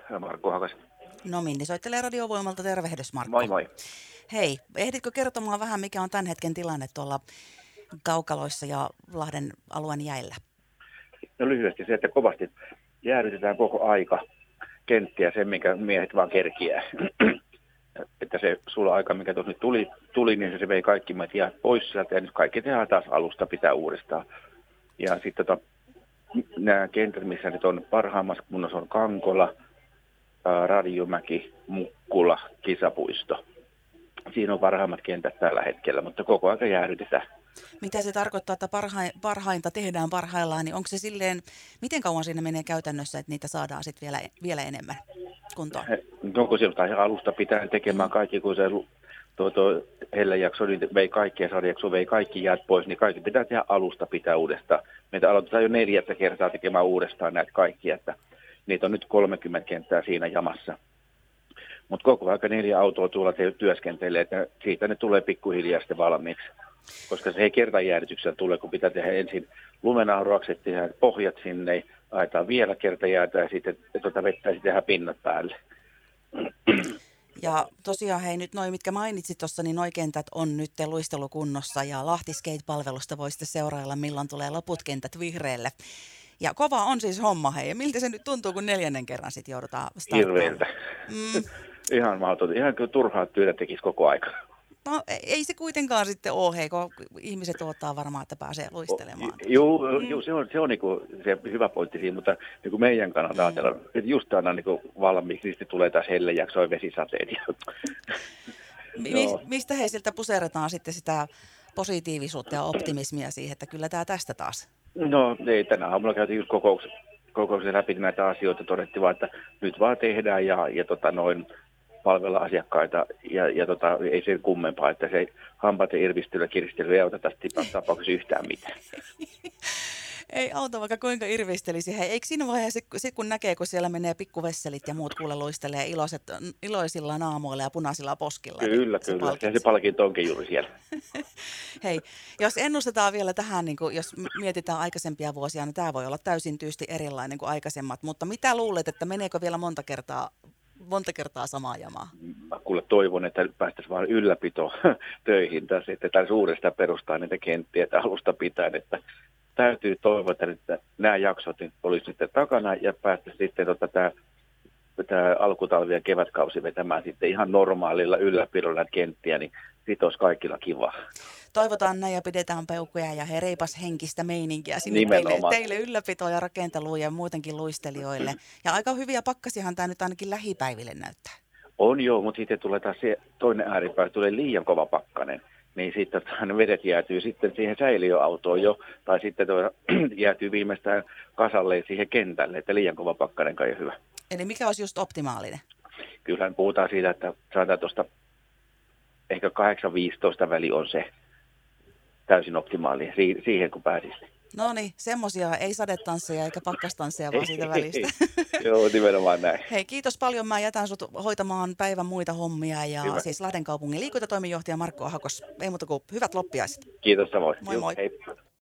Markku Hakas. No Minni soittelee Radiovoimalta, tervehdys Markku. Moi moi. Hei, ehditkö kertomaan vähän mikä on tämän hetken tilanne tuolla kaukaloissa ja Lahden alueen jäillä? No lyhyesti se, että kovasti jäädytetään koko aika kenttiä sen, minkä miehet vaan kerkiää. Että se sula-aika, mikä tuossa nyt tuli, niin se vei kaikki meitä pois sieltä ja nyt kaikki tehdään taas alusta pitää uudestaan. Ja sitten nämä kentät, missä nyt on parhaimmassa kunnossa on Kankola, Radiomäki, Mukkula, Kisapuisto. Siinä on parhaimmat kentät tällä hetkellä, mutta koko ajan jäädytetään. Mitä se tarkoittaa, että parhainta tehdään parhaillaan, niin onko se silleen, miten kauan siinä menee käytännössä, että niitä saadaan sitten vielä enemmän kuntoon? No kun sieltä alusta pitää tekemään kaikki, kun se hellejakso niin vei kaikkia sarjakso, vei kaikki jäät pois, niin kaikki pitää tehdä alusta pitää uudestaan. Meitä aloitetaan jo 4 kertaa tekemään uudestaan näitä kaikkia, että niitä on nyt 30 kenttää siinä jamassa. Mutta koko ajan 4 autoa tuolla työskentelee, että siitä ne tulee pikkuhiljaa sitten valmiiksi. Koska se ei kertajäädytyksellä tule, kun pitää tehdä ensin lumenauraukset, tehdä pohjat sinne, ajetaan vielä kertajäätä ja sitten vettä ja tehdään pinnat päälle. Ja tosiaan hei, nyt noi mitkä mainitsit tuossa, niin noi kentät on nyt luistelukunnossa ja Lahti Skate-palvelusta voi sitten seurailla, milloin tulee loput kentät vihreälle. Ja kova on siis homma, hei. Ja miltä se nyt tuntuu, kun 4. kerran sitten joudutaan starttaamaan? Hirveältä. Ihan mahdotonta. Ihan kyllä turhaa työtä tekisi koko aika. No ei se kuitenkaan sitten ole, hei, kun ihmiset odottaa varmaan, että pääsee luistelemaan. Joo, se on niinku se hyvä pointti siinä, mutta niinku meidän kannalta ajatellaan, että just aina niinku valmiiksi, niin tulee taas hellejakso ja vesisateet. Mistä hei siltä puserretaan sitten sitä positiivisuutta ja optimismia siihen, että kyllä tämä tästä taas? No ei, tänä aamulla käytiin just kokouksen läpi näitä asioita, todettiin vaan, että nyt vaan tehdään ja palvella asiakkaita ja ei se kummempaa, että se hampaiden irvistely ja kiristely ei auta tästä tapauksessa yhtään mitään. Ei auta vaikka kuinka irvistelisi. Hei, eikö siinä vaiheessa, kun näkee, kun siellä menee pikkuvesselit ja muut kuule luistelee iloisilla naamoilla ja punaisilla poskilla? Kyllä. Ja se palkinto onkin juuri siellä. Hei, jos ennustetaan vielä tähän, niin jos mietitään aikaisempia vuosia, niin tämä voi olla täysin tyysti erilainen kuin aikaisemmat. Mutta mitä luulet, että meneekö vielä monta kertaa samaa jamaa? Mä kuule toivon, että päästäisiin vaan ylläpito töihin tässä, että tässä uudestaan perustaa niitä kenttiä, että alusta pitäen, että täytyy toivoa, että nämä jaksot olisi sitten takana ja päästäisiin sitten tämä alkutalvi ja kevätkausi vetämään sitten ihan normaalilla ylläpidolla näitä kenttiä, niin siitä olisi kaikilla kiva. Toivotaan näin ja pidetään peukkuja ja reipas henkistä meininkiä sinne teille ylläpitoa ja rakenteluun ja muutenkin luistelijoille. Ja aika hyviä pakkasiahan tämä nyt ainakin lähipäiville näyttää. On joo, mutta sitten tulee taas se toinen ääripää, tulee liian kova pakkanen. Niin sitten vedet jäätyy sitten siihen säiliöautoon jo, tai sitten jäätyy viimeistään kasalle siihen kentälle, että liian kova pakkanen kai on hyvä. Eli mikä olisi just optimaalinen? Kyllähän puhutaan siitä, että saadaan tuosta ehkä 8-15 väli on se täysin optimaalinen siihen, kun pääsisi. No niin, semmoisia ei sadetansseja eikä pakkastansseja, vaan siitä välistä. Joo, nimenomaan näin. Hei, kiitos paljon. Mä jätän sut hoitamaan päivän muita hommia ja hyvä. Siis Lahden kaupungin liikuntatoimenjohtaja Markku Ahakos. Ei muuta kuin hyvät loppiaiset. Kiitos samoin. Moi moi. Hei.